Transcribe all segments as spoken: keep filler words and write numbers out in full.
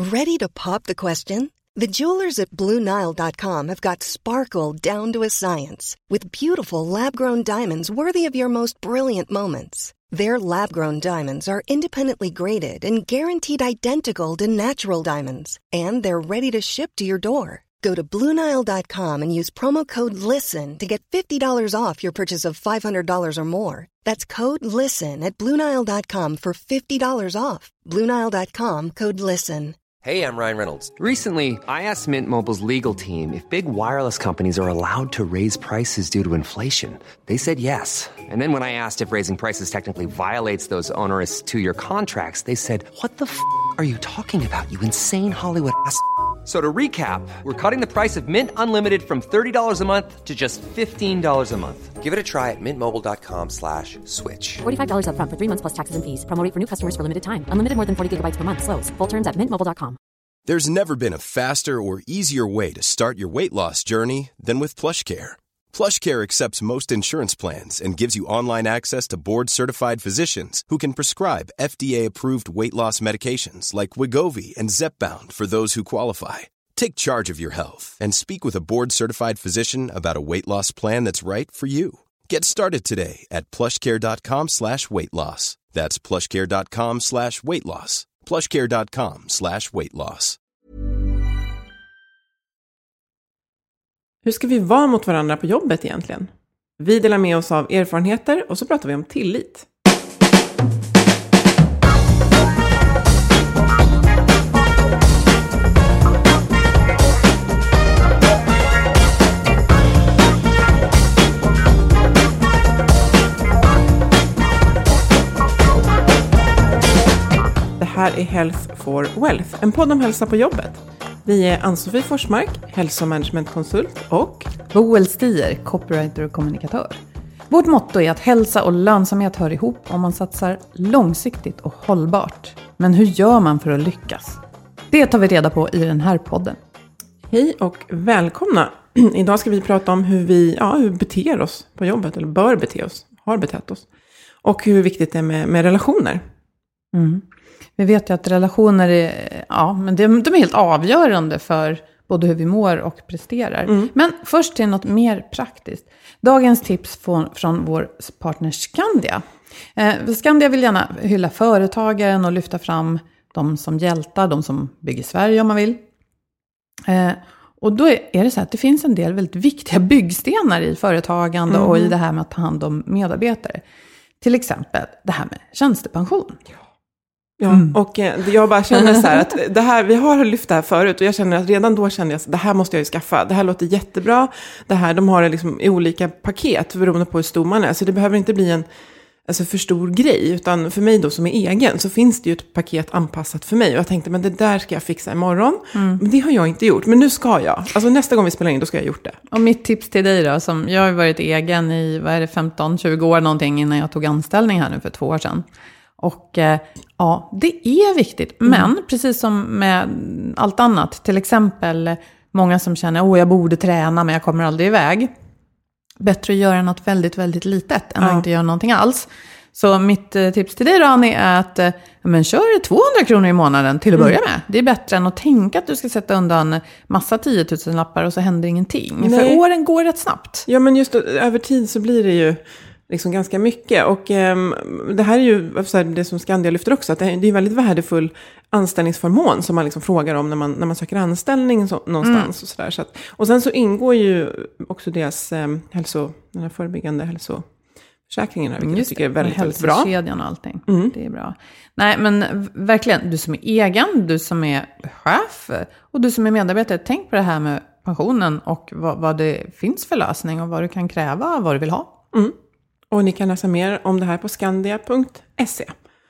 Ready to pop the question? The jewelers at Blue Nile dot com have got sparkle down to a science with beautiful lab-grown diamonds worthy of your most brilliant moments. Their lab-grown diamonds are independently graded and guaranteed identical to natural diamonds, and they're ready to ship to your door. Go to Blue Nile dot com and use promo code LISTEN to get fifty dollars off your purchase of five hundred dollars or more. That's code LISTEN at Blue Nile dot com for fifty dollars off. Blue Nile dot com, code LISTEN. Hey, I'm Ryan Reynolds. Recently, I asked Mint Mobile's legal team if big wireless companies are allowed to raise prices due to inflation. They said yes. And then when I asked if raising prices technically violates those onerous two-year contracts, they said, what the f*** are you talking about, you insane Hollywood ass f- So to recap, we're cutting the price of Mint Unlimited from thirty dollars a month to just fifteen dollars a month. Give it a try at mintmobile.com slash switch. forty-five dollars up front for three months plus taxes and fees. Promo rate for new customers for limited time. Unlimited more than forty gigabytes per month. Slows full terms at mint mobile dot com. There's never been a faster or easier way to start your weight loss journey than with PlushCare. PlushCare accepts most insurance plans and gives you online access to board-certified physicians who can prescribe F D A-approved weight loss medications like Wegovy and Zepbound for those who qualify. Take charge of your health and speak with a board-certified physician about a weight loss plan that's right for you. Get started today at plushcare.com slash weight loss. That's plushcare.com slash weight loss. plushcare.com slash weight loss. Hur ska vi vara mot varandra på jobbet egentligen? Vi delar med oss av erfarenheter och så pratar vi om tillit. Det här är Health for Wealth, en podd om hälsa på jobbet. Vi är Ann-Sofie Forsmark, hälsomanagementkonsult och Boel Stier, copywriter och kommunikatör. Vårt motto är att hälsa och lönsamhet hör ihop om man satsar långsiktigt och hållbart. Men hur gör man för att lyckas? Det tar vi reda på i den här podden. Hej och välkomna. Idag ska vi prata om hur vi, ja, hur vi beter oss på jobbet, eller bör bete oss, har betett oss. Och hur viktigt det är med, med relationer. Mm. Vi vet ju att relationer är, ja, men de, de är helt avgörande för både hur vi mår och presterar. Mm. Men först till något mer praktiskt. Dagens tips från, från vår partner Skandia. Eh, Skandia vill gärna hylla företagaren och lyfta fram de som hjältar, de som bygger Sverige om man vill. Eh, och då är, är det så att det finns en del väldigt viktiga byggstenar i företagande mm. och i det här med att ta hand om medarbetare. Till exempel det här med tjänstepension. Ja, mm. och jag bara känner så här att det här, vi har lyft det här förut och jag känner att redan då kände jag att det här måste jag ju skaffa. Det här låter jättebra. Det här, de har det liksom i olika paket beroende på hur stor man är. Så det behöver inte bli en alltså, för stor grej. Utan för mig då som är egen så finns det ju ett paket anpassat för mig. Och jag tänkte, men det där ska jag fixa imorgon. Mm. Men det har jag inte gjort. Men nu ska jag. Alltså nästa gång vi spelar in, då ska jag ha gjort det. Och mitt tips till dig då, som jag har varit egen i, vad är det, femton tjugo år någonting innan jag tog anställning här nu för två år sedan. Och eh, ja, det är viktigt. Mm. Men precis som med allt annat, till exempel många som känner, åh jag borde träna men jag kommer aldrig iväg. Bättre att göra något väldigt, väldigt litet än ja. att inte göra någonting alls. Så mitt eh, tips till dig då, Annie, är att eh, men kör tvåhundra kronor i månaden till att börja mm. med. Det är bättre än att tänka att du ska sätta undan massa tiotusen lappar och så händer ingenting. Nej. För åren går rätt snabbt. Ja, men just över tid så blir det ju liksom ganska mycket. Och eh, det här är ju så här, det som Skandia lyfter också, att det är, det är en väldigt värdefull anställningsförmån som man liksom frågar om när man, när man söker anställning så, någonstans. Mm. Och, så där, så att, och sen så ingår ju också deras eh, hälso, den här förebyggande hälsoförsäkringen här, vilket jag tycker är väldigt, väldigt bra. Hälsokedjan och allting. Mm. Det är bra. Nej, men verkligen, du som är egen, du som är chef och du som är medarbetare, tänk på det här med pensionen och vad, vad det finns för lösning och vad du kan kräva, vad du vill ha. Mm. Och ni kan läsa mer om det här på skandia punkt se.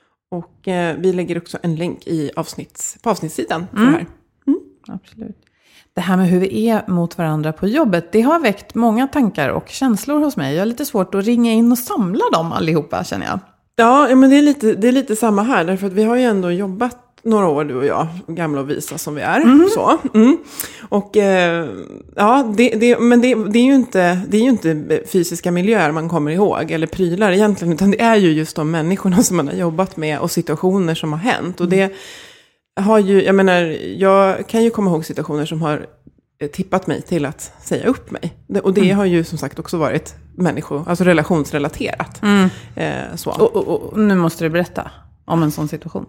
Och eh, vi lägger också en länk i avsnitts, på avsnittssidan för mm. det här. Mm. Absolut. Det här med hur vi är mot varandra på jobbet, det har väckt många tankar och känslor hos mig. Jag har lite svårt att ringa in och samla dem allihopa, känner jag. Ja, men det är lite, det är lite samma här. Därför att vi har ju ändå jobbat några år, du och jag, gamla och visa som vi är. Mm. Så. Mm. Och eh, ja, det, det, men det, det, är ju inte, det är ju inte fysiska miljöer man kommer ihåg eller prylar egentligen, utan det är ju just de människorna som man har jobbat med och situationer som har hänt. Och det, har ju, jag menar, jag kan ju komma ihåg situationer som har tippat mig till att säga upp mig. Och det mm. har ju som sagt också varit människo, alltså relationsrelaterat. Mm. Eh, så. Och, och, och nu måste du berätta om en sån situation.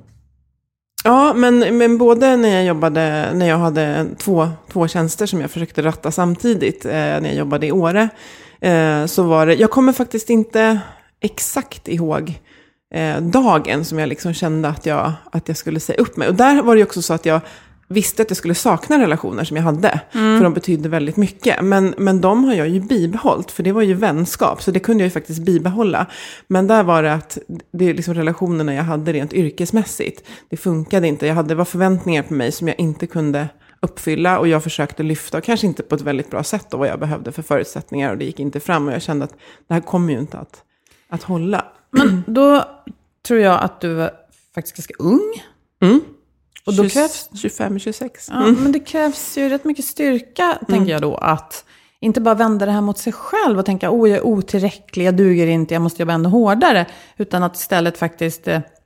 Ja, men, men både när jag jobbade, när jag hade två, två tjänster som jag försökte ratta samtidigt, eh, när jag jobbade i Åre, eh, så var det, jag kommer faktiskt inte exakt ihåg eh, dagen som jag liksom kände att jag, att jag skulle säga upp mig. Och där var det ju också så att jag visste att jag skulle sakna relationer som jag hade. Mm. För de betydde väldigt mycket. Men, men de har jag ju bibehållit. För det var ju vänskap. Så det kunde jag ju faktiskt bibehålla. Men där var det att det är liksom relationerna jag hade rent yrkesmässigt. Det funkade inte. Jag hade, det var förväntningar på mig som jag inte kunde uppfylla. Och jag försökte lyfta. Och kanske inte på ett väldigt bra sätt. Och vad jag behövde för förutsättningar. Och det gick inte fram. Och jag kände att det här kommer ju inte att, att hålla. Men då tror jag att du var faktiskt ganska ung. Mm. Och då krävs tjugofem tjugosex. Ja, mm. Men det krävs ju rätt mycket styrka, mm. tänker jag då, att inte bara vända det här mot sig själv och tänka, åh, jag är otillräcklig, jag duger inte, jag måste jobba ännu hårdare. Utan att istället faktiskt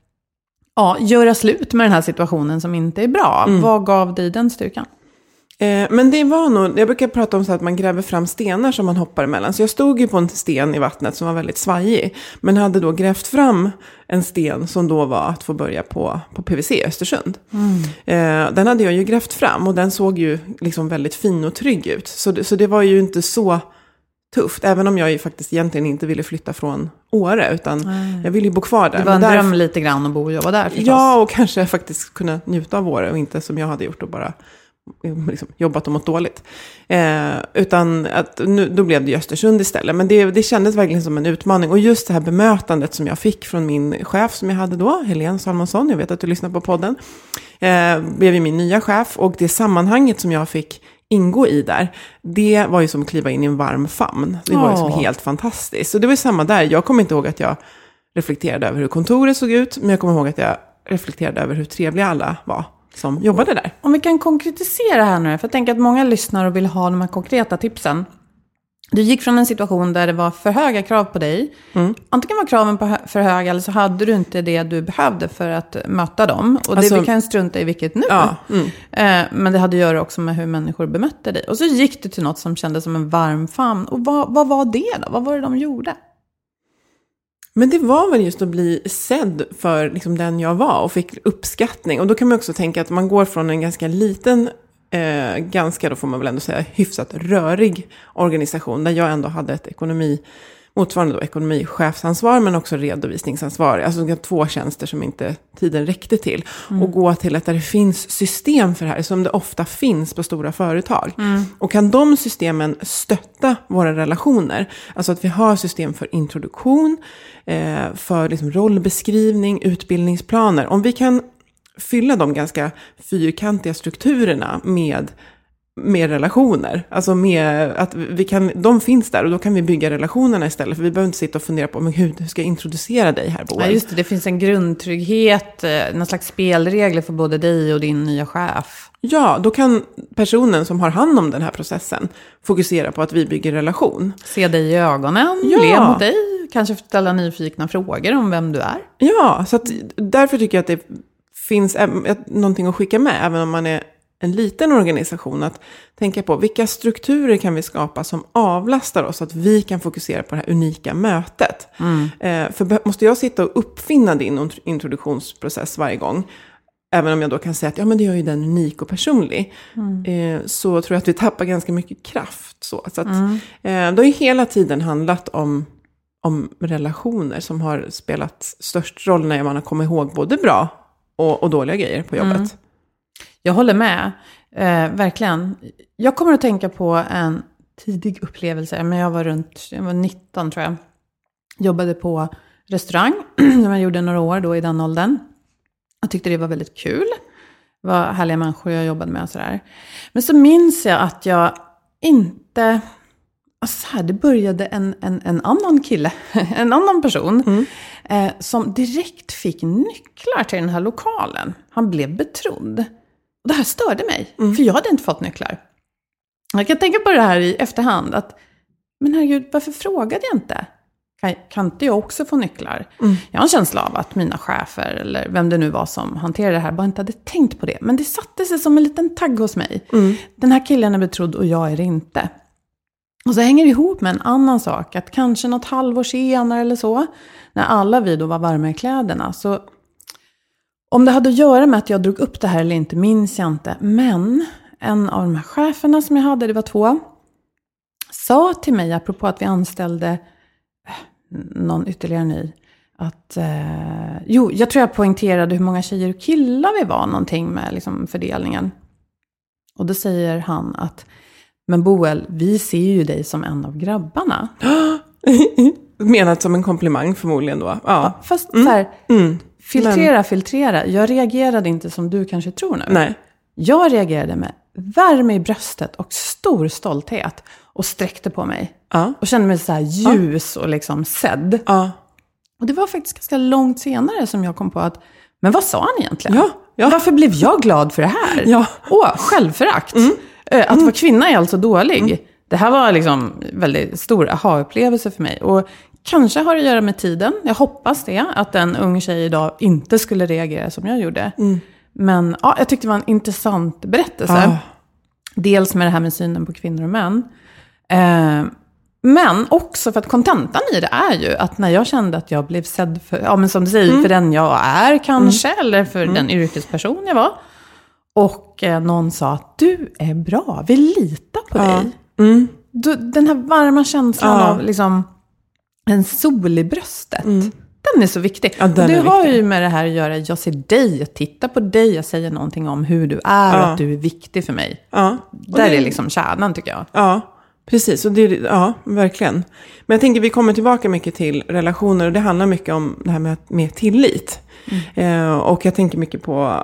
ja, göra slut med den här situationen som inte är bra. Mm. Vad gav dig den styrkan? Eh, men det var nog, jag brukar prata om så att man gräver fram stenar som man hoppar emellan. Så jag stod ju på en sten i vattnet som var väldigt svajig. Men hade då grävt fram en sten som då var att få börja på, på P V C i Östersund. Mm. Eh, den hade jag ju grävt fram och den såg ju liksom väldigt fin och trygg ut. Så det, så det var ju inte så tufft. Även om jag ju faktiskt egentligen inte ville flytta från Åre. Utan mm. jag ville ju bo kvar där. Det var en men dröm där, lite grann att bo och jobba där förstås. Ja, och kanske faktiskt kunna njuta av Åre och inte som jag hade gjort och bara liksom jobbat och mått dåligt. Eh, utan att nu, då blev det i Östersund istället. Men det, det kändes verkligen som en utmaning. Och just det här bemötandet som jag fick från min chef som jag hade då, Helene Salmonsson, jag vet att du lyssnar på podden, eh, blev ju min nya chef. Och det sammanhanget som jag fick ingå i där, det var ju som att kliva in i en varm famn. Det var ju som helt fantastiskt. Så det var ju samma där. Jag kommer inte ihåg att jag reflekterade över hur kontoret såg ut, men jag kommer ihåg att jag reflekterade över hur trevliga alla var som jobbade där. Om vi kan konkretisera här nu, för jag tänker att många lyssnar och vill ha de här konkreta tipsen. Du gick från en situation där det var för höga krav på dig. Mm. Antingen var kraven på för höga eller så hade du inte det du behövde för att möta dem. Och alltså, det vi kan strunta i vilket nu. Ja, mm. eh, men det hade att göra också med hur människor bemötte dig. Och så gick du till något som kändes som en varm famn. Och vad, vad var det då? Vad var det de gjorde? Men det var väl just att bli sedd för liksom den jag var och fick uppskattning. Och då kan man också tänka att man går från en ganska liten, eh, ganska då får man väl ändå säga hyfsat rörig organisation. Där jag ändå hade ett ekonomi, motsvarande då ekonomichefsansvar men också redovisningsansvar. Alltså två tjänster som inte tiden räckte till. Mm. Och gå till att där det finns system för det här som det ofta finns på stora företag. Mm. Och kan de systemen stötta våra relationer? Alltså att vi har system för introduktion, eh, för liksom rollbeskrivning, utbildningsplaner. Om vi kan fylla de ganska fyrkantiga strukturerna med med relationer. Alltså med att vi kan, de finns där och då kan vi bygga relationerna istället. För vi behöver inte sitta och fundera på, men hur ska jag introducera dig här, Boel? Ja, just det. Det finns en grundtrygghet, någon slags spelregler för både dig och din nya chef. Ja, då kan personen som har hand om den här processen fokusera på att vi bygger relation. Se dig i ögonen, ja. Le mot dig, kanske ställa nyfikna frågor om vem du är. Ja, så att därför tycker jag att det finns någonting att skicka med, även om man är en liten organisation, att tänka på vilka strukturer kan vi skapa som avlastar oss så att vi kan fokusera på det här unika mötet. Mm. Eh, för måste jag sitta och uppfinna din introduktionsprocess varje gång, även om jag då kan säga att ja, men det gör ju den unik och personlig, mm. eh, så tror jag att vi tappar ganska mycket kraft. Så, så att, mm. eh, det har ju hela tiden handlat om, om relationer som har spelat störst roll när man har kommit ihåg både bra och, och dåliga grejer på jobbet. Mm. Jag håller med, eh, verkligen. Jag kommer att tänka på en tidig upplevelse, men jag var runt, jag var nitton tror jag. Jobbade på restaurang, som jag gjorde några år då i den åldern. Jag tyckte det var väldigt kul. Det var härliga människor jag jobbade med och sådär. Men så minns jag att jag inte, alltså här, det började en, en, en annan kille, en annan person, mm. eh, som direkt fick nycklar till den här lokalen. Han blev betrodd. Och det här störde mig, mm. för jag hade inte fått nycklar. Jag kan tänka på det här i efterhand, att men herregud, varför frågade jag inte? kan, kan inte jag också få nycklar? Mm. Jag har en känsla av att mina chefer, eller vem det nu var som hanterade det här, bara inte hade tänkt på det. Men det satte sig som en liten tagg hos mig. Mm. Den här killen är betrodd och jag är det inte. Och så hänger det ihop med en annan sak. Att kanske något halvår senare eller så, när alla vi då var varma i kläderna, så om det hade att göra med att jag drog upp det här eller inte minns jag inte. Men en av de här cheferna som jag hade, det var två, sa till mig, apropå att vi anställde någon ytterligare ny, att eh, jo, jag tror jag poängterade hur många tjejer och killar vi var, någonting med liksom fördelningen. Och då säger han att, men Boel, vi ser ju dig som en av grabbarna. Menat som en komplimang förmodligen då. Ja. Ja, fast mm. så här, mm. filtrera, men... filtrera. Jag reagerade inte som du kanske tror nu. Nej. Jag reagerade med värme i bröstet och stor stolthet. Och sträckte på mig. Ja. Och kände mig så här ljus ja. och liksom sedd. Ja. Och det var faktiskt ganska långt senare som jag kom på att, men vad sa han egentligen? Ja. Ja. Varför blev jag glad för det här? Ja. Åh, självförakt. Mm. Att mm. vara kvinna är alltså dålig. Mm. Det här var liksom väldigt stor aha-upplevelse för mig. Och kanske har det att göra med tiden. Jag hoppas det. Att en ung tjej idag inte skulle reagera som jag gjorde. Mm. Men ja, jag tyckte det var en intressant berättelse. Ah. Dels med det här med synen på kvinnor och män. Eh, men också för att kontentan i det är ju att när jag kände att jag blev sedd för, ja men som du säger, mm. för den jag är kanske. Mm. Eller för mm. den yrkesperson jag var. Och eh, någon sa att du är bra, vi litar på ja. dig. Mm. Du, den här varma känslan ja. av liksom en sol i bröstet. Mm. Den är så viktig. Ja, det har viktig. ju med det här att göra. Jag ser dig, jag tittar på dig, jag säger någonting om hur du är. Ja. Och att du är viktig för mig. Ja. Där det... är liksom kärnan tycker jag. Ja, precis. Och det, ja, verkligen. Men jag tänker vi kommer tillbaka mycket till relationer. Och det handlar mycket om det här med, med tillit. Mm. Eh, och jag tänker mycket på,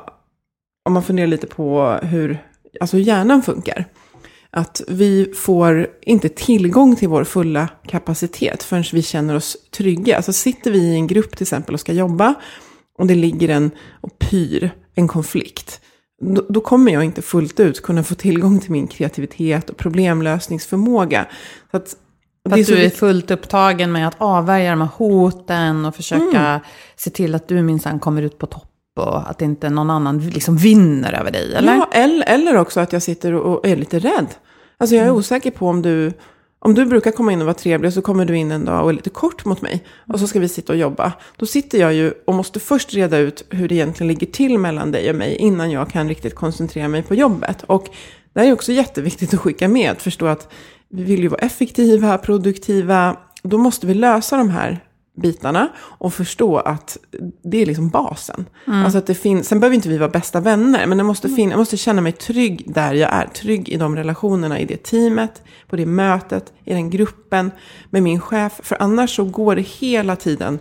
om man funderar lite på hur, alltså hur hjärnan funkar. Att vi får inte tillgång till vår fulla kapacitet förrän vi känner oss trygga. Alltså sitter vi i en grupp till exempel och ska jobba och det ligger en och pyr en konflikt. Då, då kommer jag inte fullt ut kunna få tillgång till min kreativitet och problemlösningsförmåga. Så att, För att du är fullt upptagen med att avvärja de här hoten och försöka mm. se till att du minsann kommer ut på topp. Och att inte någon annan liksom vinner över dig, eller? Ja, eller, eller också att jag sitter och är lite rädd. Alltså jag är mm. osäker på om du, om du brukar komma in och vara trevlig, så kommer du in en dag och är lite kort mot mig. Och så ska vi sitta och jobba. Då sitter jag ju och måste först reda ut hur det egentligen ligger till mellan dig och mig innan jag kan riktigt koncentrera mig på jobbet. Och det är också jätteviktigt att skicka med, att förstå att vi vill ju vara effektiva, produktiva. Då måste vi lösa de här bitarna och förstå att det är liksom basen. Mm. Alltså att det finns, sen behöver inte vi vara bästa vänner, men det måste fin- jag måste känna mig trygg där jag är. Trygg i de relationerna, i det teamet, på det mötet, i den gruppen, med min chef. För annars så går det hela tiden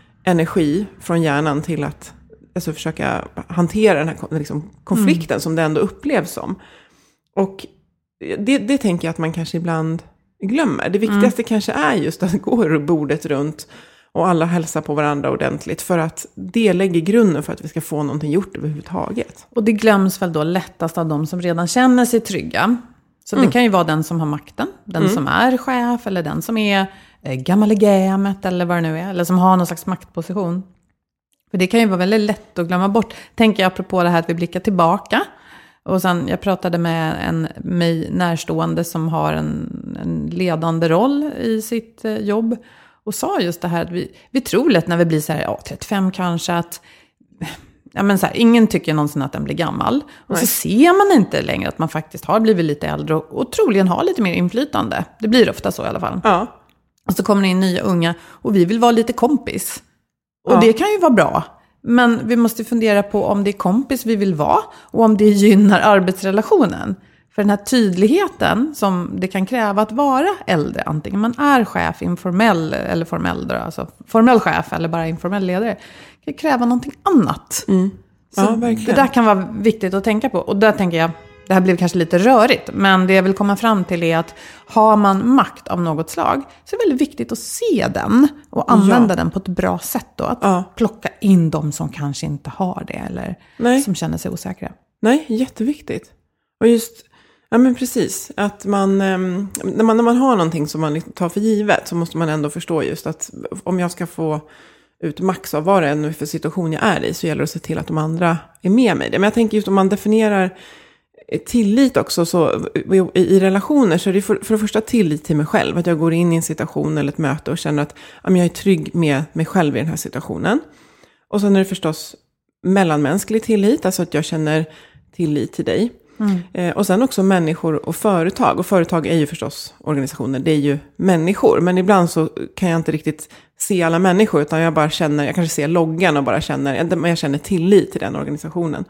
energi från hjärnan till att alltså, försöka hantera den här liksom, konflikten mm. som det ändå upplevs som. Och det, det tänker jag att man kanske ibland glömmer. Det viktigaste mm. kanske är just att gå bordet runt och alla hälsar på varandra ordentligt, för att det lägger grunden för att vi ska få någonting gjort överhuvudtaget. Och det glöms väl då lättast av de som redan känner sig trygga. Så mm. det kan ju vara den som har makten, den mm. som är chef, eller den som är eh, gammal i gamet eller vad det nu är, eller som har någon slags maktposition. För det kan ju vara väldigt lätt att glömma bort. Tänker jag apropå det här att vi blickar tillbaka. Och sen, jag pratade med en mig närstående som har en, en ledande roll i sitt eh, jobb. Och sa just det här att vi, vi tror lätt när vi blir så här, ja, trettiofem kanske, att ja, men så här, ingen tycker någonsin att den blir gammal. Och Nej. Så ser man inte längre att man faktiskt har blivit lite äldre och, och troligen har lite mer inflytande. Det blir ofta så i alla fall. Ja. Och så kommer det in nya unga och vi vill vara lite kompis. Och ja. det kan ju vara bra. Men vi måste fundera på om det är kompis vi vill vara och om det gynnar arbetsrelationen. För den här tydligheten som det kan kräva att vara äldre, antingen man är chef, informell eller formell, alltså formell chef eller bara informell ledare, kan kräva någonting annat. Mm. Så ja, verkligen. Det där kan vara viktigt att tänka på. Och där tänker jag, det här blev kanske lite rörigt, men det jag vill komma fram till är att har man makt av något slag så är det väldigt viktigt att se den och använda ja. den på ett bra sätt då. Att ja. plocka in de som kanske inte har det eller Nej. som känner sig osäkra. Nej, jätteviktigt. Och just Ja, men precis. Att man, när man, när man har någonting som man tar för givet så måste man ändå förstå just att om jag ska få ut max av vad det är för situation jag är i så gäller det att se till att de andra är med mig. Men jag tänker just om man definierar tillit också så i, i relationer så är det för, för det första tillit till mig själv. Att jag går in i en situation eller ett möte och känner att ja, jag är trygg med mig själv i den här situationen. Och sen är det förstås mellanmänsklig tillit, alltså att jag känner tillit till dig. Mm. Eh, och sen också människor och företag. Och företag är ju förstås organisationer, det är ju människor. Men ibland så kan jag inte riktigt se alla människor utan jag bara känner, jag kanske ser loggan och bara känner, jag känner tillit till den organisationen.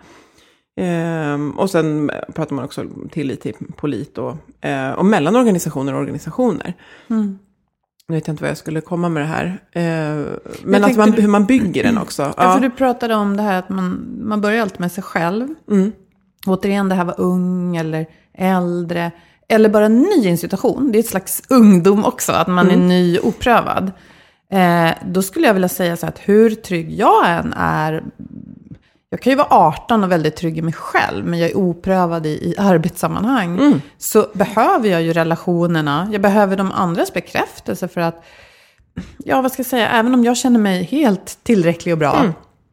Eh, och sen pratar man också tillit till polit och, eh, och mellan organisationer och organisationer. Mm. Nu vet jag inte vad jag skulle komma med det här. Eh, men att man, du, hur man bygger den också. Ja, ja. För du pratade om det här att man, man börjar alltid med sig själv. Mm. Återigen, det här var ung eller äldre. Eller bara en ny institution. Det är ett slags ungdom också. Att man mm. är ny och oprövad. Eh, då skulle jag vilja säga så att hur trygg jag än är. Jag kan ju vara arton och väldigt trygg i mig själv. Men jag är oprövad i, i arbetssammanhang. Mm. Så behöver jag ju relationerna. Jag behöver de andras bekräftelse för att. Ja, vad ska jag säga. Även om jag känner mig helt tillräcklig och bra. Mm.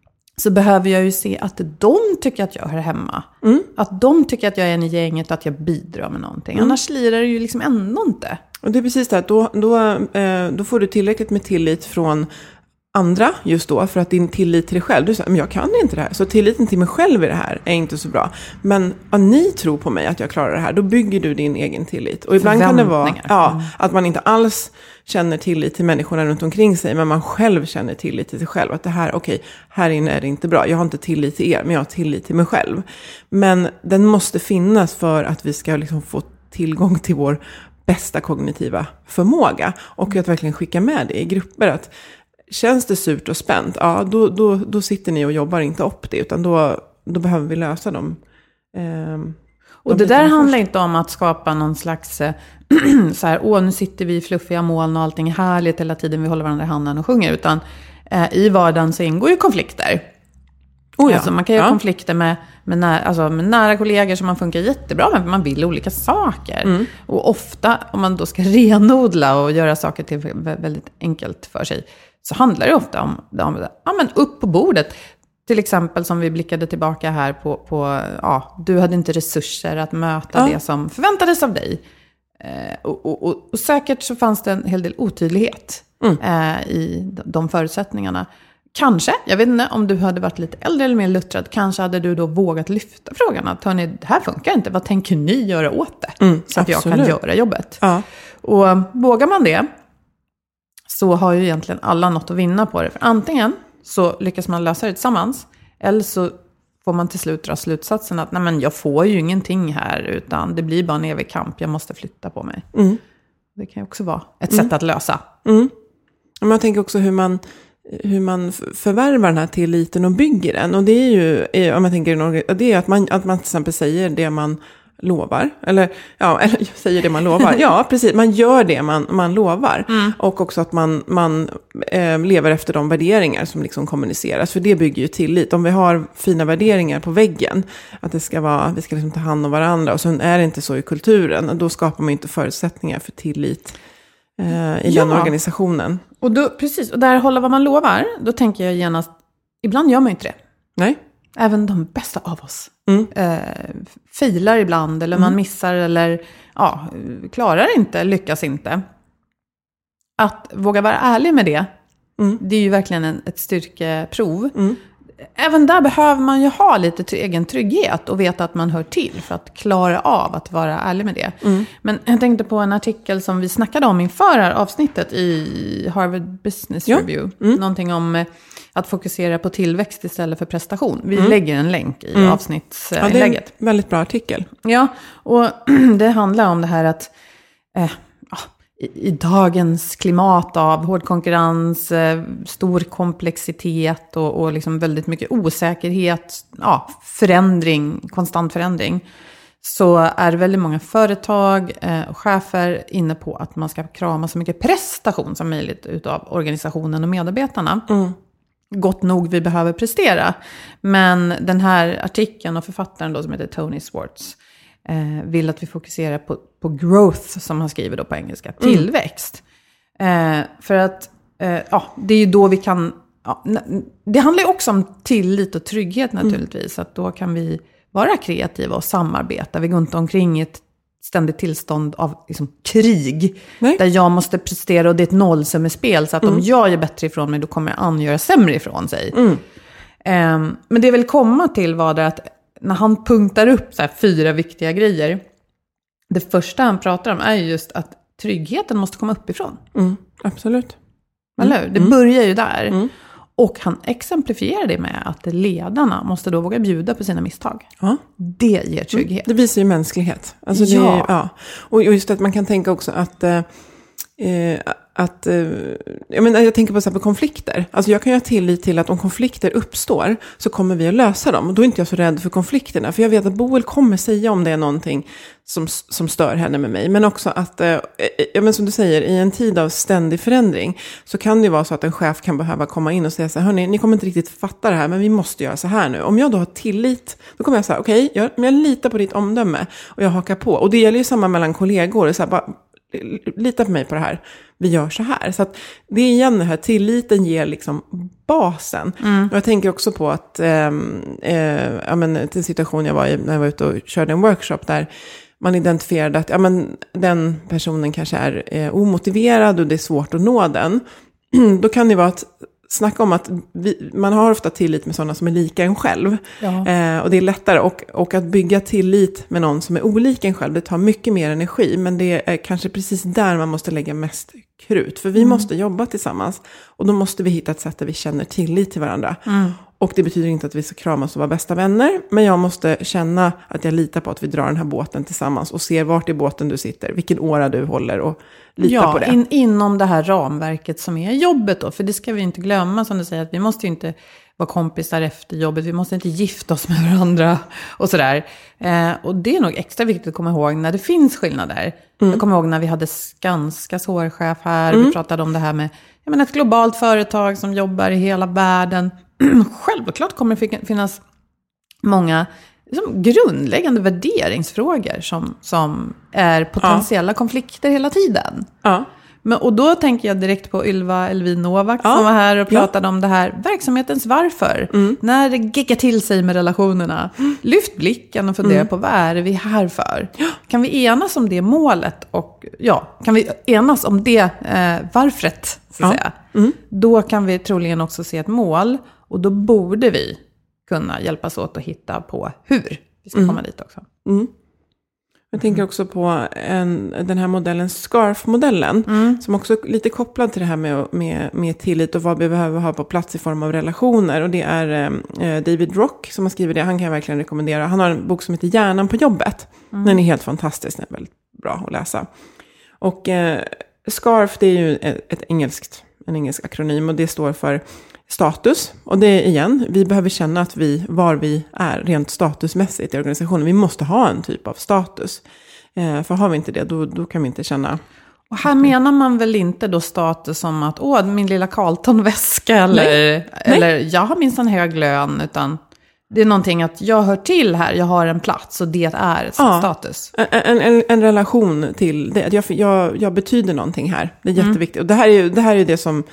Så behöver jag ju se att de tycker att jag hör hemma. Mm. Att de tycker att jag är en i gänget och att jag bidrar med någonting. Mm. Annars lirar det ju liksom ändå inte. Och det är precis det här. Då, då, eh, då får du tillräckligt med tillit från andra just då. För att din tillit till dig själv. Du säger, men jag kan inte det här. Så tilliten till mig själv i det här är inte så bra. Men om ni tror på mig att jag klarar det här. Då bygger du din egen tillit. Och ibland kan det vara ja, mm. att man inte alls känner tillit till människorna runt omkring sig. Men man själv känner tillit till sig själv. Att det här, okej, okay, här inne är det inte bra. Jag har inte tillit till er, men jag har tillit till mig själv. Men den måste finnas för att vi ska liksom få tillgång till vår bästa kognitiva förmåga. Och att verkligen skicka med det i grupper. Att känns det surt och spänt, ja, då, då, då sitter ni och jobbar inte upp det. Utan då, då behöver vi lösa dem. Eh, och det där handlar inte om att skapa någon slags eh, så här, åh nu sitter vi i fluffiga moln och allting är härligt hela tiden, vi håller varandra i handen och sjunger. Utan eh, i vardagen så ingår ju konflikter. Oh ja. Alltså, man kan ju ha ja. konflikter med, med, nära, alltså, med nära kollegor som man funkar jättebra med, för man vill olika saker. Mm. Och ofta, om man då ska renodla och göra saker till väldigt enkelt för sig, så handlar det ofta om, om ja, men upp på bordet. Till exempel som vi blickade tillbaka här på, på ja, du hade inte resurser att möta ja. det som förväntades av dig. Eh, och, och, och, och säkert så fanns det en hel del otydlighet mm. eh, i de förutsättningarna. Kanske, jag vet inte om du hade varit lite äldre eller mer luttrad, kanske hade du då vågat lyfta frågan att hörni, det här funkar inte, vad tänker ni göra åt det? Mm, så att absolut. jag kan göra jobbet. Ja. Och vågar man det, så har ju egentligen alla något att vinna på det. För antingen så lyckas man lösa det tillsammans, eller så får man till slut dra slutsatsen att nej men jag får ju ingenting här, utan det blir bara en evig kamp, jag måste flytta på mig. Mm. Det kan ju också vara ett mm. sätt att lösa. Mm. Men jag tänker också hur man hur man förvärvar den här tilliten och bygger den. Och det är ju, om jag tänker, det är att man, att man till exempel säger det man lovar. Eller, ja, eller säger det man lovar. Ja, precis. Man gör det man, man lovar. Mm. Och också att man, man eh, lever efter de värderingar som liksom kommuniceras. För det bygger ju tillit. Om vi har fina värderingar på väggen, att det ska vara, vi ska liksom ta hand om varandra. Och sen är det inte så i kulturen. Då skapar man inte förutsättningar för tillit eh, i ja. den organisationen. Och då, precis, och där håller vad man lovar, då tänker jag genast, ibland gör man inte det. Nej. Även de bästa av oss. Mm. Eh, filar ibland, eller mm. man missar, eller ja, klarar inte, lyckas inte. Att våga vara ärlig med det, mm. det är ju verkligen en, ett styrkeprov. Mm. Även där behöver man ju ha lite till egen trygghet och veta att man hör till för att klara av att vara ärlig med det. Mm. Men jag tänkte på en artikel som vi snackade om inför här avsnittet i Harvard Business ja. Review. Mm. Någonting om att fokusera på tillväxt istället för prestation. Vi mm. lägger en länk i mm. avsnittsinlägget. Ja, det är en väldigt bra artikel. Ja, och det handlar om det här att eh, i dagens klimat av hård konkurrens, stor komplexitet och, och liksom väldigt mycket osäkerhet, ja, förändring, konstant förändring, så är väldigt många företag eh, och chefer inne på att man ska krama så mycket prestation som möjligt utav organisationen och medarbetarna. Mm. Gott nog, vi behöver prestera. Men den här artikeln och författaren då, som heter Tony Schwartz, eh, vill att vi fokuserar på, på growth, som han skriver då på engelska, tillväxt. Mm. Eh, för att eh, ja, det är ju då vi kan, ja, det handlar ju också om tillit och trygghet naturligtvis, mm. att då kan vi vara kreativa och samarbeta. Vi går inte omkring i ett ständigt tillstånd av liksom, krig. Nej. Där jag måste prestera och det är ett nollsummespel. Så att mm. om jag gör bättre ifrån mig, då kommer andra göra sämre ifrån sig. Mm. Um, men det jag vill komma till var det att när han punktar upp så här fyra viktiga grejer. Det första han pratar om är just att tryggheten måste komma uppifrån. Mm. Absolut. Mm. Eller hur? Det mm. börjar ju där. Mm. Och han exemplifierar det med att ledarna måste då våga bjuda på sina misstag. Ja. Det ger trygghet. Mm. Det visar ju mänsklighet. Alltså det, ja. ja. Och just att man kan tänka också att... Eh, att eh, jag, menar, jag tänker på, så här, på konflikter. Alltså jag kan ju ha tillit till att om konflikter uppstår så kommer vi att lösa dem. Och då är inte jag så rädd för konflikterna. För jag vet att Boel kommer säga om det är någonting som, som stör henne med mig. Men också att, eh, ja, men som du säger, i en tid av ständig förändring så kan det ju vara så att en chef kan behöva komma in och säga så här: hörni, ni kommer inte riktigt fatta det här, men vi måste göra så här nu. Om jag då har tillit, då kommer jag säga, okej, okay, jag, men jag litar på ditt omdöme och jag hakar på. Och det gäller ju samma mellan kollegor, så här, bara lita på mig på det här, vi gör så här. Så att det är igen det här, tilliten ger liksom basen. Mm. Och jag tänker också på att eh, eh, ja, men, till en situation jag var i när jag var ute och körde en workshop där man identifierade att ja, men, den personen kanske är eh, omotiverad och det är svårt att nå den. Då kan det vara att snacka om att vi, man har ofta tillit med sådana som är lika en själv. Ja. Eh, och det är lättare. Och, och att bygga tillit med någon som är olika en själv, det tar mycket mer energi. Men det är kanske precis där man måste lägga mest krut. För vi mm. måste jobba tillsammans. Och då måste vi hitta ett sätt där vi känner tillit till varandra. Mm. Och det betyder inte att vi ska kramas och vara bästa vänner. Men jag måste känna att jag litar på att vi drar den här båten tillsammans. Och ser vart i båten du sitter. Vilken åra du håller och lita ja, på det. In, inom det här ramverket som är jobbet då. För det ska vi inte glömma, som du säger. Att vi måste ju inte vara kompisar efter jobbet. Vi måste inte gifta oss med varandra och sådär. Eh, och det är nog extra viktigt att komma ihåg när det finns skillnader. Mm. Jag kommer ihåg när vi hade Skanskas hårchef här. Mm. Vi pratade om det här med jag menar, ett globalt företag som jobbar i hela världen. Självklart kommer det finnas många liksom, grundläggande värderingsfrågor som, som är potentiella ja. konflikter hela tiden. Ja. Men, och då tänker jag direkt på Ylva Elvin Novak ja. som var här och pratade ja. om det här verksamhetens varför. Mm. När det geggar till sig med relationerna. Mm. Lyft blicken och fundera mm. på vad är det vi är här för. Ja. Kan vi enas om det målet och ja, kan vi enas om det eh, varfret så att ja. säga. Mm. Då kan vi troligen också se ett mål och då borde vi kunna hjälpas åt att hitta på hur vi ska mm. komma dit också. Mm. Jag tänker också på en, den här modellen, Scarf-modellen, mm. som också är lite kopplad till det här med, med, med tillit och vad vi behöver ha på plats i form av relationer. Och det är eh, David Rock som har skrivit det. Han kan jag verkligen rekommendera. Han har en bok som heter Hjärnan på jobbet. Mm. Den är helt fantastisk, den är väldigt bra att läsa. Och eh, Scarf, det är ju ett, ett engelskt, en engelsk akronym och det står för status. Och det är igen, vi behöver känna att vi, var vi är rent statusmässigt i organisationen. Vi måste ha en typ av status. Eh, för har vi inte det, då, då kan vi inte känna... Och här menar man väl inte då status som att, åh, min lilla Carlton-väska eller, Nej. eller Nej. jag har minst en hög lön, utan det är någonting att jag hör till här, jag har en plats och det är ett ja, status. En, en, en relation till det. Jag, jag, jag betyder någonting här. Det är jätteviktigt. Mm. Och det här är ju det, här är det som...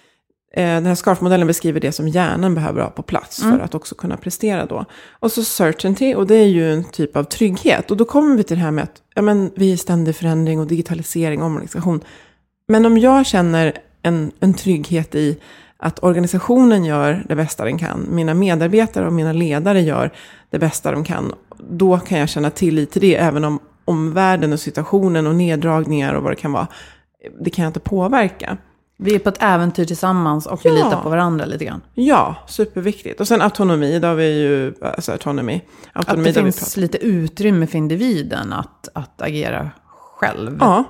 Den här Scarf-modellen beskriver det som hjärnan behöver ha på plats mm. för att också kunna prestera då. Och så certainty, och det är ju en typ av trygghet. Och då kommer vi till det här med att ja, men vi är i ständig förändring och digitalisering och omorganisation. Men om jag känner en, en trygghet i att organisationen gör det bästa den kan, mina medarbetare och mina ledare gör det bästa de kan, då kan jag känna tillit till det, även om omvärlden och situationen och neddragningar och vad det kan vara, det kan jag inte påverka. Vi är på ett äventyr tillsammans och vi ja. litar på varandra lite grann. Ja, superviktigt. Och sen autonomi, då har vi ju, alltså autonomi. autonomi att det finns lite utrymme för individen att, att agera själv. Ja.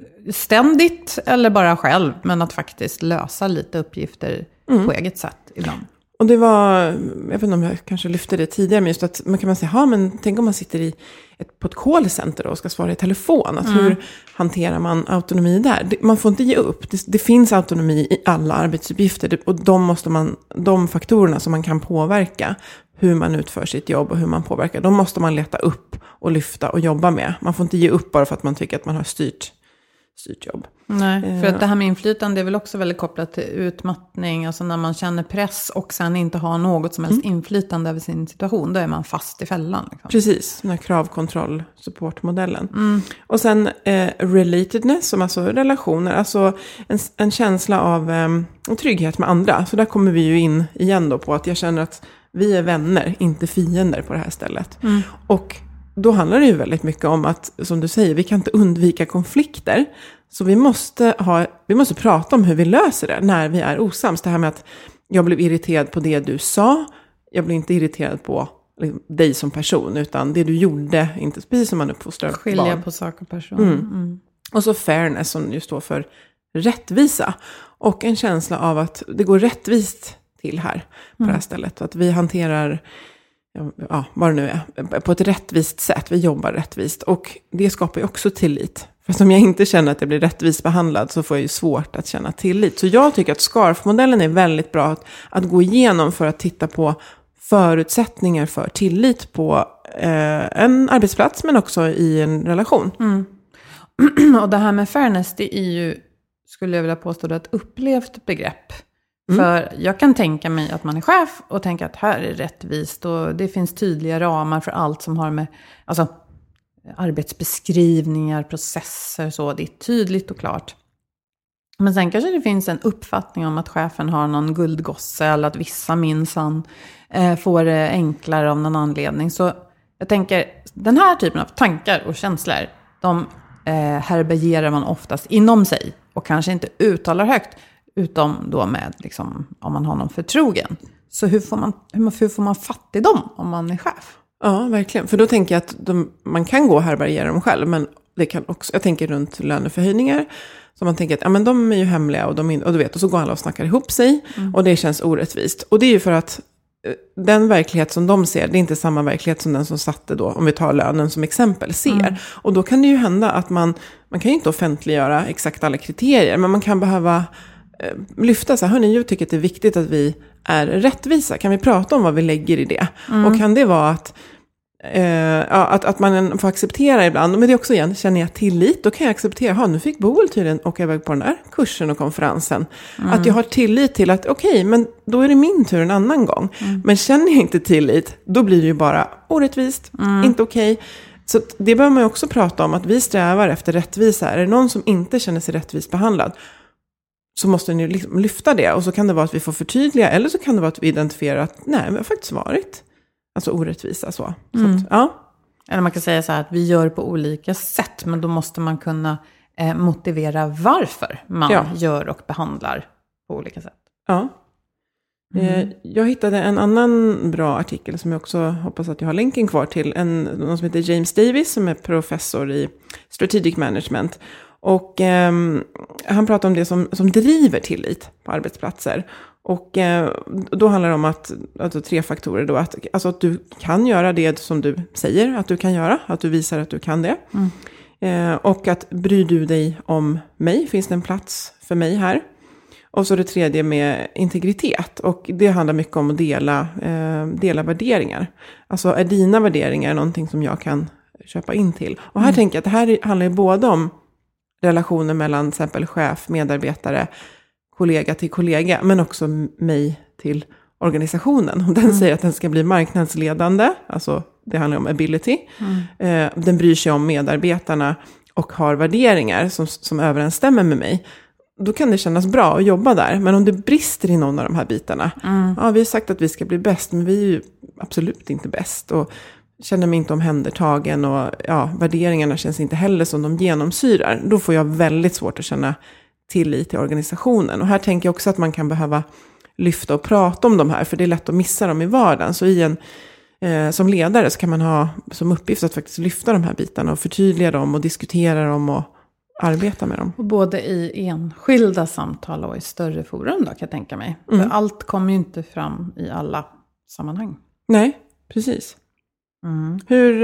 Ständigt eller bara själv, men att faktiskt lösa lite uppgifter mm. på eget sätt ibland. Och det var, jag vet inte om jag kanske lyfte det tidigare, men just att man kan man säga, ja men tänk om man sitter i ett, på ett callcenter och ska svara i telefon. Att mm. hur hanterar man autonomi där? Man får inte ge upp. Det, det finns autonomi i alla arbetsuppgifter och de, måste man, de faktorerna som man kan påverka. hur man utför sitt jobb och hur man påverkar. De måste man leta upp och lyfta och jobba med. Man får inte ge upp bara för att man tycker att man har styrt, styrt jobb. Nej, för att det här med inflytande är väl också väldigt kopplat till utmattning. Alltså när man känner press och sen inte har något som helst mm. inflytande över sin situation, då är man fast i fällan. Liksom. Precis, den här kravkontroll supportmodellen. Mm. Och sen eh, relatedness, som alltså relationer, alltså en, en känsla av eh, trygghet med andra. Så där kommer vi ju in igen då på att jag känner att vi är vänner, inte fiender på det här stället. Mm. Och då handlar det ju väldigt mycket om att, som du säger, vi kan inte undvika konflikter. Så vi måste, ha, vi måste prata om hur vi löser det när vi är osams. Det här med att jag blev irriterad på det du sa. Jag blev inte irriterad på liksom, dig som person, utan det du gjorde, inte precis som man uppfostrar barn. Skilja på sak och person. Mm. Mm. Och så fairness, som ju står för rättvisa. Och en känsla av att det går rättvist till här på mm. det här stället. Och att vi hanterar, ja, vad det nu är, på ett rättvist sätt. Vi jobbar rättvist. Och det skapar ju också tillit. För om jag inte känner att jag blir rättvist behandlad, så får jag ju svårt att känna tillit. Så jag tycker att SCARF-modellen är väldigt bra att, att gå igenom för att titta på förutsättningar för tillit på eh, en arbetsplats, men också i en relation. Mm. Och det här med fairness, det är ju, skulle jag vilja påstå, ett upplevt begrepp. Mm. För jag kan tänka mig att man är chef och tänka att här är rättvist och det finns tydliga ramar för allt som har med, alltså arbetsbeskrivningar, processer, så det är tydligt och klart. Men sen kanske det finns en uppfattning om att chefen har någon guldgosse, eller att vissa minsann eh, får det enklare av någon anledning. Så jag tänker, den här typen av tankar och känslor, de eh, härbärgerar man oftast inom sig och kanske inte uttalar högt, utom då med liksom, om man har någon förtrogen. Så hur får man, hur, hur får man fatt i dem om man är chef? Ja, verkligen. För då tänker jag att de, man kan gå och härbärgera dem själv, men det kan också, jag tänker runt löneförhöjningar. Så man tänker att ja, men de är ju hemliga och, de, och du vet, och så går alla och snackar ihop sig. Mm. Och det känns orättvist. Och det är ju för att den verklighet som de ser, det är inte samma verklighet som den som satte då, om vi tar lönen som exempel, ser. Mm. Och då kan det ju hända att man, man kan ju inte offentliggöra exakt alla kriterier, men man kan behöva eh, lyfta så här, hörni, jag tycker att det är viktigt att vi är rättvisa. Kan vi prata om vad vi lägger i det? Mm. Och kan det vara att Uh, ja, att, att man får acceptera ibland, men det är också igen, känner jag tillit, då kan jag acceptera, ha nu fick Boel tydligen åka iväg på den där kursen och konferensen, mm. att jag har tillit till att okej, okay, men då är det min tur en annan gång, mm. men känner jag inte tillit, då blir det ju bara orättvist, mm. inte okej, okay. Så det behöver man ju också prata om, att vi strävar efter rättvisa. Är det någon som inte känner sig rättvist behandlad, så måste ni liksom lyfta det, och så kan det vara att vi får förtydliga, eller så kan det vara att vi identifierar att nej, men jag har faktiskt varit alltså orättvisa så. Mm. så att, ja. Eller man kan säga så här att vi gör på olika sätt, men då måste man kunna eh, motivera varför man ja. gör och behandlar på olika sätt. Ja. Mm. Eh, jag hittade en annan bra artikel som jag också hoppas att jag har länken kvar till. En, någon som heter James Davis, som är professor i strategic management. Och eh, han pratar om det som, som driver tillit på arbetsplatser. Och eh, då handlar det om att, alltså tre faktorer då, att, alltså att du kan göra det som du säger att du kan göra, att du visar att du kan det. Mm. Eh, och att bryr du dig om mig, finns det en plats för mig här? Och så det tredje med integritet, och det handlar mycket om att dela, eh, dela värderingar. Alltså är dina värderingar någonting som jag kan köpa in till? Och här mm. tänker jag att det här handlar ju både om relationer mellan till exempel chef, medarbetare, kollega till kollega, men också mig till organisationen. Och den mm. säger att den ska bli marknadsledande, alltså det handlar om ability. Mm. Eh, den bryr sig om medarbetarna och har värderingar som, som överensstämmer med mig. Då kan det kännas bra att jobba där. Men om det brister i någon av de här bitarna, mm. ja, vi har sagt att vi ska bli bäst, men vi är ju absolut inte bäst. Och känner mig inte omhändertagen, och ja, värderingarna känns inte heller som de genomsyrar. Då får jag väldigt svårt att känna tillit till organisationen. Och här tänker jag också att man kan behöva lyfta och prata om de här, för det är lätt att missa dem i vardagen. Så i en, eh, som ledare så kan man ha som uppgift att faktiskt lyfta de här bitarna och förtydliga dem och diskutera dem och arbeta med dem. Och både i enskilda samtal och i större forum då, kan jag tänka mig. Mm. För allt kommer ju inte fram i alla sammanhang. Nej, precis. Mm. Hur,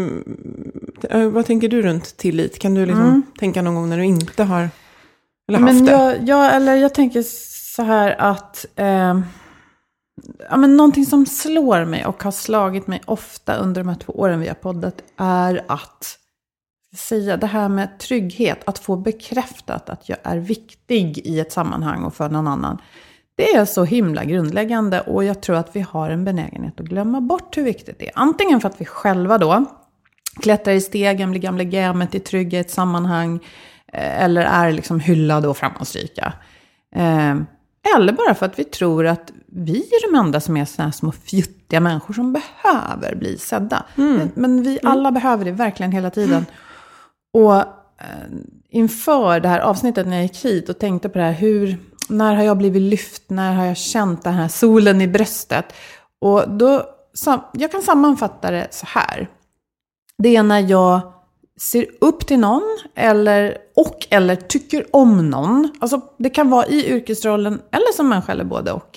eh, vad tänker du runt tillit? Kan du liksom mm. tänka någon gång när du inte har eller haft Men det? jag, jag, eller jag tänker så här att eh, ja, men någonting som slår mig och har slagit mig ofta under de här två åren vi har poddat är att säga det här med trygghet, att få bekräftat att jag är viktig i ett sammanhang och för någon annan. Det är så himla grundläggande och jag tror att vi har en benägenhet att glömma bort hur viktigt det är. Antingen för att vi själva då klättrar i stegen, blir gamla gamet i trygghetssammanhang eller är liksom hyllade och framgångsrika. Eller bara för att vi tror att vi är de enda som är såna här små fjuttiga människor som behöver bli sedda. Mm. Men vi alla mm. behöver det verkligen hela tiden. Och eh, inför det här avsnittet när jag gick hit och tänkte på det här, hur, när har jag blivit lyft, när har jag känt den här solen i bröstet? Och då, sam, jag kan sammanfatta det så här. Det är när jag ser upp till någon eller, och eller tycker om någon. Alltså det kan vara i yrkesrollen eller som människa eller både och.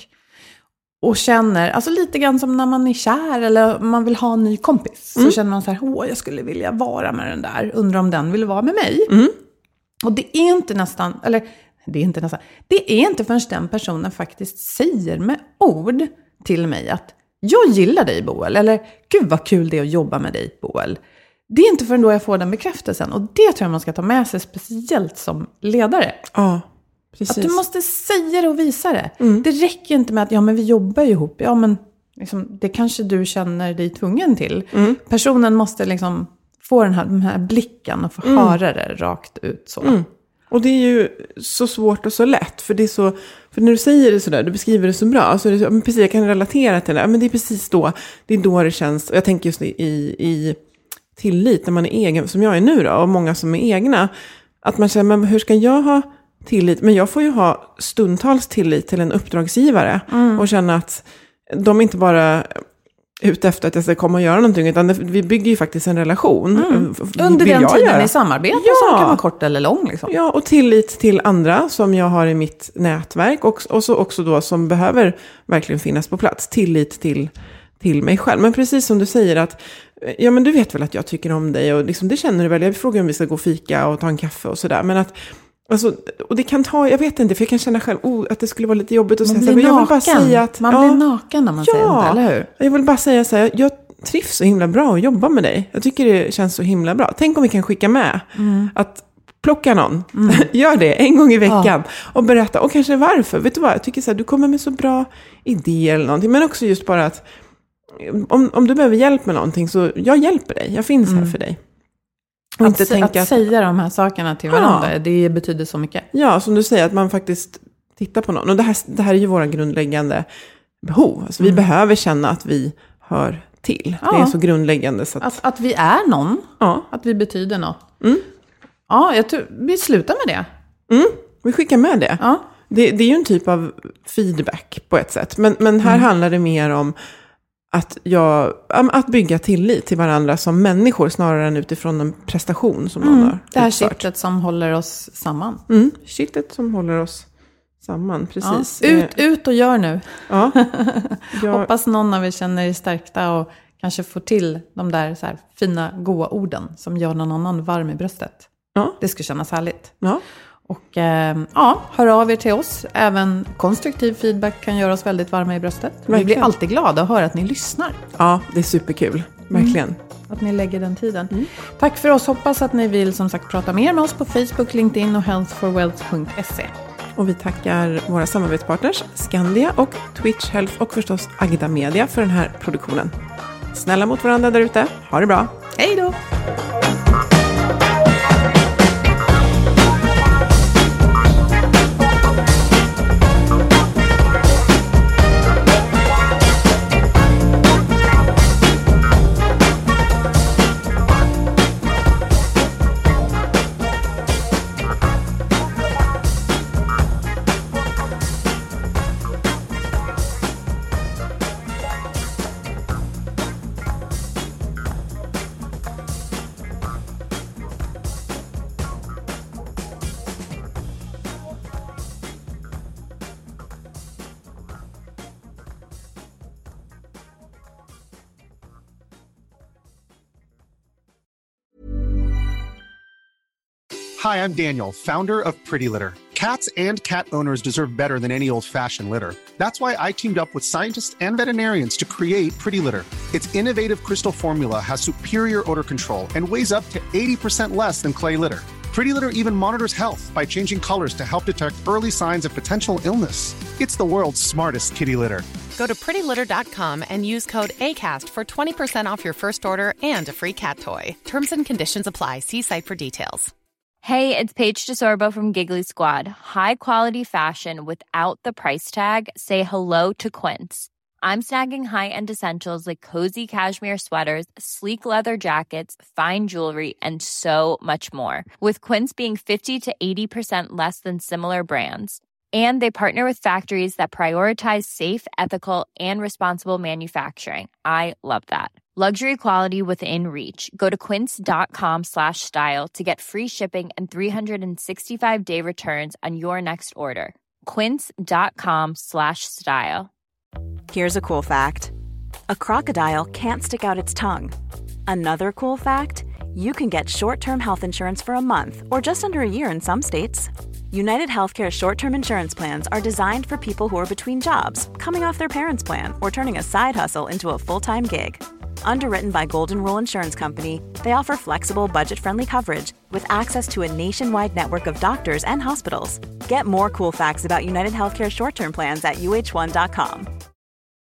Och känner, alltså lite grann som när man är kär eller man vill ha en ny kompis. Mm. Så känner man så här, åh jag skulle vilja vara med den där. Undrar om den vill vara med mig. Mm. Och det är inte nästan, eller det är inte nästan. Det är inte förrän den personen faktiskt säger med ord till mig att jag gillar dig Boel. Eller gud vad kul det är att jobba med dig Boel. Det är inte förrän då jag får den bekräftelsen. Och det tror jag man ska ta med sig speciellt som ledare. Ja, precis. Att du måste säga det och visa det. Mm. Det räcker inte med att ja, men vi jobbar ihop. Ja, men liksom, det kanske du känner dig tvungen till. Mm. Personen måste liksom få den här, den här blicken och få mm. höra det rakt ut så. Mm. Och det är ju så svårt och så lätt. För det är så, för när du säger det sådär, du beskriver det så bra. Så är det så, men precis, jag kan relatera till det. Men det är precis då, det är då det känns. Och jag tänker just i... i tillit när man är egen, som jag är nu då, och många som är egna, att man säger, men hur ska jag ha tillit? Men jag får ju ha stundtals tillit till en uppdragsgivare mm. och känna att de inte bara ute efter att jag ska komma och göra någonting, utan det, vi bygger ju faktiskt en relation. Mm. Under den tiden göra. I samarbete ja. Som kan vara kort eller lång. Liksom. Ja, och tillit till andra som jag har i mitt nätverk och, och så också då som behöver verkligen finnas på plats. Tillit till till mig själv. Men precis som du säger att ja men du vet väl att jag tycker om dig och liksom, det känner du väl. Jag frågar om vi ska gå och fika och ta en kaffe och sådär. Men att alltså, och det kan ta, jag vet inte för jag kan känna själv oh, att det skulle vara lite jobbigt att man säga så. Men jag vill bara säga att man ja, blir naken när man ja, säger det, eller hur? Jag vill bara säga så här, jag trivs så himla bra att jobba med dig. Jag tycker det känns så himla bra. Tänk om vi kan skicka med mm. att plocka någon. Mm. Gör det en gång i veckan. Ja. Och berätta. Och kanske varför. Vet du vad? Jag tycker så här, du kommer med så bra idéer eller någonting. Men också just bara att om, om du behöver hjälp med någonting så jag hjälper dig. Jag finns mm. här för dig. Och att, inte att, att säga de här sakerna till varandra, ja. Det betyder så mycket. Ja, som du säger, att man faktiskt tittar på någon. Och det här, det här är ju våra grundläggande behov. Alltså, mm. vi behöver känna att vi hör till. Ja. Det är så grundläggande. Så att... Att, att vi är någon. Ja. Att vi betyder något. Mm. Ja, jag tror, vi slutar med det. Mm. Vi skickar med det. Ja. det. Det är ju en typ av feedback på ett sätt. Men, men här mm. handlar det mer om att, jag, att bygga tillit till varandra som människor snarare än utifrån en prestation som mm. någon har det här kittet som håller oss samman. Mm. Kittet som håller oss samman, precis. Ja. Ut, ut och gör nu. Ja. Jag... Hoppas någon av er känner er stärkta och kanske får till de där så här fina, goda orden som gör någon annan varm i bröstet. Ja. Det skulle kännas härligt. Ja. Och eh, ja, hör av er till oss. Även konstruktiv feedback kan göra oss väldigt varma i bröstet. Verkligen. Vi blir alltid glada att höra att ni lyssnar. Ja, det är superkul. Verkligen. Mm. Att ni lägger den tiden. Mm. Tack för oss. Hoppas att ni vill som sagt prata mer med oss på Facebook, LinkedIn och health for wealth punkt se. Och vi tackar våra samarbetspartners Skandia och Twitch Health och förstås Agda Media för den här produktionen. Snälla mot varandra där ute. Ha det bra. Hej då! Hi, I'm Daniel, founder of Pretty Litter. Cats and cat owners deserve better than any old-fashioned litter. That's why I teamed up with scientists and veterinarians to create Pretty Litter. Its innovative crystal formula has superior odor control and weighs up to eighty percent less than clay litter. Pretty Litter even monitors health by changing colors to help detect early signs of potential illness. It's the world's smartest kitty litter. Go to pretty litter dot com and use code ACAST for twenty percent off your first order and a free cat toy. Terms and conditions apply. See site for details. Hey, it's Paige DeSorbo from Giggly Squad. High quality fashion without the price tag. Say hello to Quince. I'm snagging high-end essentials like cozy cashmere sweaters, sleek leather jackets, fine jewelry, and so much more. With Quince being fifty to eighty percent less than similar brands. And they partner with factories that prioritize safe, ethical, and responsible manufacturing. I love that. Luxury quality within reach. Go to quince.com slash style to get free shipping and three sixty-five day returns on your next order. Quince.com slash style. Here's a cool fact. A crocodile can't stick out its tongue. Another cool fact, you can get short-term health insurance for a month or just under a year in some states. United Healthcare short-term insurance plans are designed for people who are between jobs, coming off their parents' plan, or turning a side hustle into a full-time gig. Underwritten by Golden Rule Insurance Company, they offer flexible, budget-friendly coverage with access to a nationwide network of doctors and hospitals. Get more cool facts about United Healthcare short-term plans at U H one dot com.